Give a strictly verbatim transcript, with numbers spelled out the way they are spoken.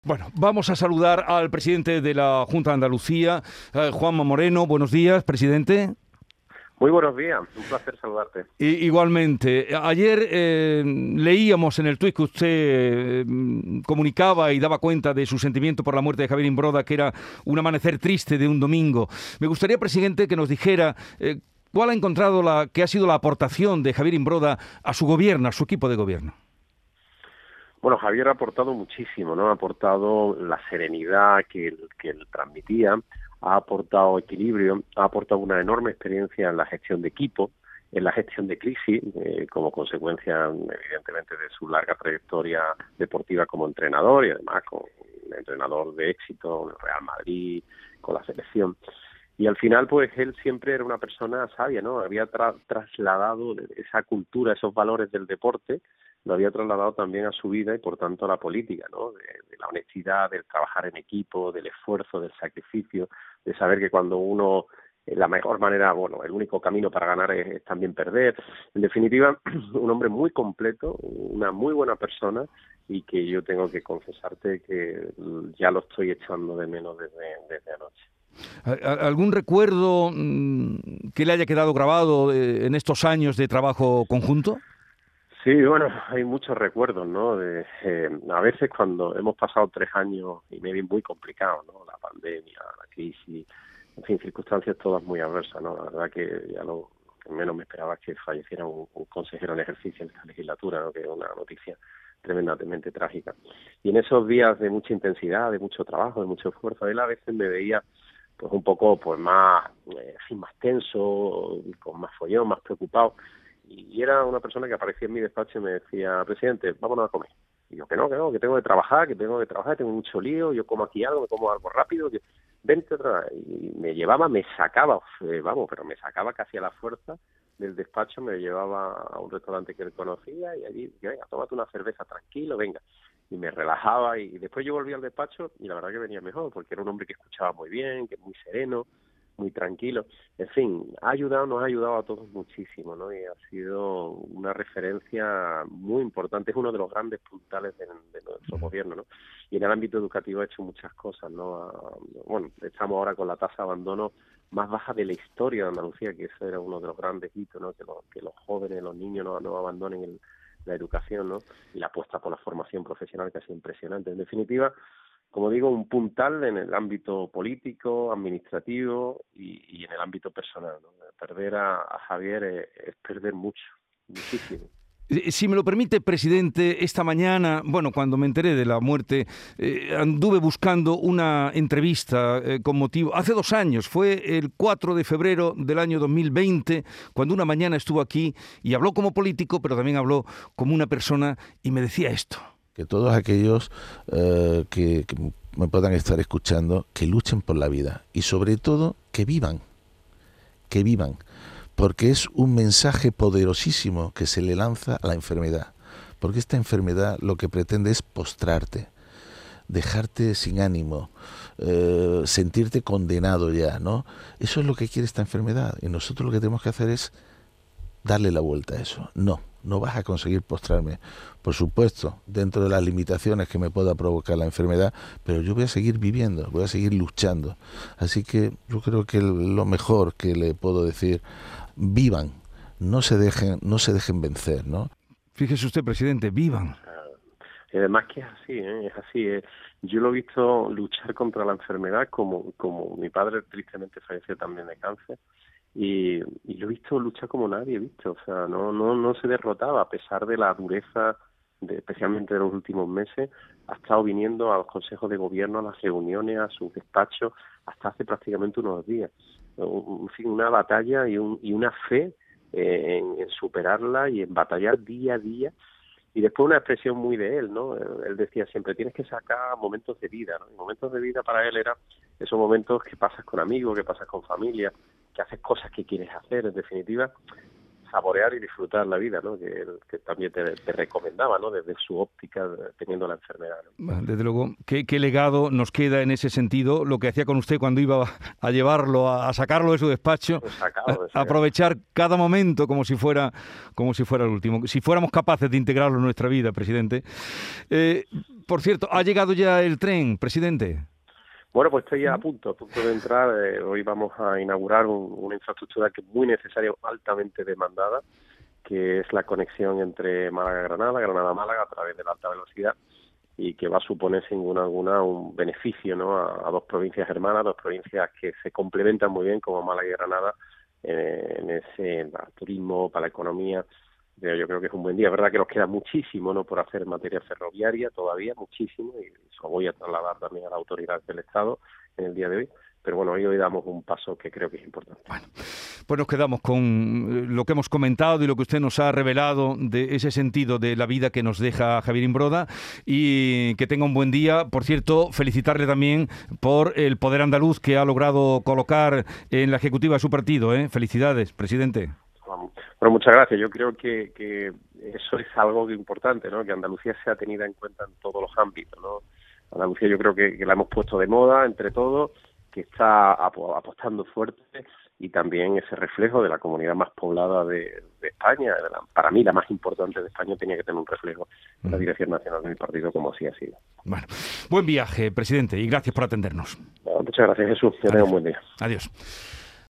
Bueno, vamos a saludar al presidente de la Junta de Andalucía, eh, Juanma Moreno. Buenos días, presidente. Muy buenos días, un placer saludarte. I- igualmente, ayer eh, leíamos en el tuit que usted eh, comunicaba y daba cuenta de su sentimiento por la muerte de Javier Imbroda, que era un amanecer triste de un domingo. Me gustaría, presidente, que nos dijera eh, cuál ha encontrado la, que ha sido la aportación de Javier Imbroda a su gobierno, a su equipo de gobierno. Bueno, Javier ha aportado muchísimo, ¿no? Ha aportado la serenidad que él, que él transmitía, ha aportado equilibrio, ha aportado una enorme experiencia en la gestión de equipo, en la gestión de crisis, eh, como consecuencia, evidentemente, de su larga trayectoria deportiva como entrenador y además como entrenador de éxito en el Real Madrid, con la selección. Y al final, pues él siempre era una persona sabia, ¿no? Había tra trasladado esa cultura, esos valores del deporte, lo había trasladado también a su vida y, por tanto, a la política, ¿no? De, de la honestidad, del trabajar en equipo, del esfuerzo, del sacrificio, de saber que cuando uno, eh, la mejor manera, bueno, el único camino para ganar es, es también perder. En definitiva, un hombre muy completo, una muy buena persona y que yo tengo que confesarte que ya lo estoy echando de menos desde, desde anoche. ¿Algún recuerdo mmm, que le haya quedado grabado eh, en estos años de trabajo conjunto? Sí, bueno, hay muchos recuerdos, ¿no? De, eh, a veces cuando hemos pasado tres años y medio muy complicados, ¿no? La pandemia, la crisis, en fin, circunstancias todas muy adversas, ¿no? La verdad que ya lo que menos me esperaba es que falleciera un, un consejero en ejercicio en esta legislatura, ¿no? Que es una noticia tremendamente trágica. Y en esos días de mucha intensidad, de mucho trabajo, de mucho esfuerzo, él a veces me veía pues un poco pues más, eh, en fin, más tenso, con más follón, más preocupado. Y era una persona que aparecía en mi despacho y me decía, presidente, vámonos a comer. Y yo, que no, que no, que tengo que trabajar, que tengo que trabajar, tengo mucho lío, yo como aquí algo, me como algo rápido, que vente otra vez. Y me llevaba, me sacaba, eh, vamos, pero me sacaba casi a la fuerza del despacho, me llevaba a un restaurante que él conocía y allí, que venga, tómate una cerveza tranquilo, venga. Y me relajaba y, y después yo volví al despacho y la verdad que venía mejor, porque era un hombre que escuchaba muy bien, que es muy sereno, muy tranquilo. En fin, ha ayudado, nos ha ayudado a todos muchísimo, ¿no? Y ha sido una referencia muy importante, es uno de los grandes puntales de, de nuestro gobierno, ¿no? Y en el ámbito educativo ha hecho muchas cosas, ¿no? A, bueno, estamos ahora con la tasa de abandono más baja de la historia de Andalucía, que ese era uno de los grandes hitos, ¿no? Que, lo, que los jóvenes, los niños no, no abandonen el, la educación, ¿no? Y la apuesta por la formación profesional, que ha sido impresionante. En definitiva, como digo, un puntal en el ámbito político, administrativo y, y en el ámbito personal, ¿no? Perder a, a Javier es, es perder mucho, muchísimo. Si me lo permite, presidente, esta mañana, bueno, cuando me enteré de la muerte, eh, anduve buscando una entrevista eh, con motivo. Hace dos años, fue el cuatro de febrero del año dos mil veinte, cuando una mañana estuvo aquí y habló como político, pero también habló como una persona y me decía esto. Que todos aquellos eh, que, que me puedan estar escuchando, que luchen por la vida y sobre todo que vivan, que vivan. Porque es un mensaje poderosísimo que se le lanza a la enfermedad. Porque esta enfermedad lo que pretende es postrarte, dejarte sin ánimo, eh, sentirte condenado ya, ¿no? Eso es lo que quiere esta enfermedad. Y nosotros lo que tenemos que hacer es darle la vuelta a eso. No, no vas a conseguir postrarme. Por supuesto, dentro de las limitaciones que me pueda provocar la enfermedad, pero yo voy a seguir viviendo, voy a seguir luchando. Así que yo creo que lo mejor que le puedo decir, vivan, no se dejen, no se dejen vencer, ¿no? Fíjese usted, presidente, vivan. Y además que es así, ¿eh? Es así. ¿eh? Yo lo he visto luchar contra la enfermedad como, como mi padre tristemente falleció también de cáncer. Y, y lo he visto luchar como nadie he visto, o sea, no no no se derrotaba a pesar de la dureza, de, especialmente de los últimos meses. Ha estado viniendo a los consejos de gobierno, a las reuniones, a sus despachos, hasta hace prácticamente unos días. En fin, una batalla y, un, y una fe eh, en, en superarla y en batallar día a día. Y después una expresión muy de él, ¿no? Él decía siempre, tienes que sacar momentos de vida, ¿no? Y momentos de vida para él eran esos momentos que pasas con amigos, que pasas con familia, que haces cosas que quieres hacer, en definitiva, saborear y disfrutar la vida, ¿no? Que, que también te, te recomendaba, ¿no? Desde su óptica, teniendo la enfermedad, ¿no? Desde luego, ¿qué, qué legado nos queda en ese sentido? Lo que hacía con usted cuando iba a llevarlo, a, a sacarlo de su despacho, Pues sacado, a, a aprovechar cada momento como si fuera como si fuera el último. Si fuéramos capaces de integrarlo en nuestra vida, presidente. Eh, por cierto, ¿ha llegado ya el tren, presidente? Bueno, pues estoy a punto, a punto de entrar. Eh, hoy vamos a inaugurar un, una infraestructura que es muy necesaria, altamente demandada, que es la conexión entre Málaga-Granada, Granada-Málaga a través de la alta velocidad, y que va a suponer sin duda alguna un beneficio, ¿no? a, a dos provincias hermanas, dos provincias que se complementan muy bien como Málaga y Granada eh, en ese para el turismo, para la economía. Pero yo creo que es un buen día. Es verdad que nos queda muchísimo, ¿no? por hacer en materia ferroviaria todavía, muchísimo, y eso voy a trasladar también a la autoridad del Estado en el día de hoy. Pero bueno, hoy, hoy damos un paso que creo que es importante. Bueno, pues nos quedamos con lo que hemos comentado y lo que usted nos ha revelado de ese sentido de la vida que nos deja Javier Imbroda, y que tenga un buen día. Por cierto, felicitarle también por el poder andaluz que ha logrado colocar en la ejecutiva de su partido, ¿eh? Felicidades, presidente. Bueno, muchas gracias. Yo creo que, que eso es algo importante, ¿no? Que Andalucía sea tenida en cuenta en todos los ámbitos, ¿no? Andalucía yo creo que, que la hemos puesto de moda entre todos, que está apostando fuerte, y también ese reflejo de la comunidad más poblada de, de España, de la, para mí la más importante de España, tenía que tener un reflejo en la dirección nacional de mi partido, como así ha sido. Bueno, buen viaje, presidente, y gracias por atendernos. Bueno, muchas gracias, Jesús. Que tenga un buen día. Adiós.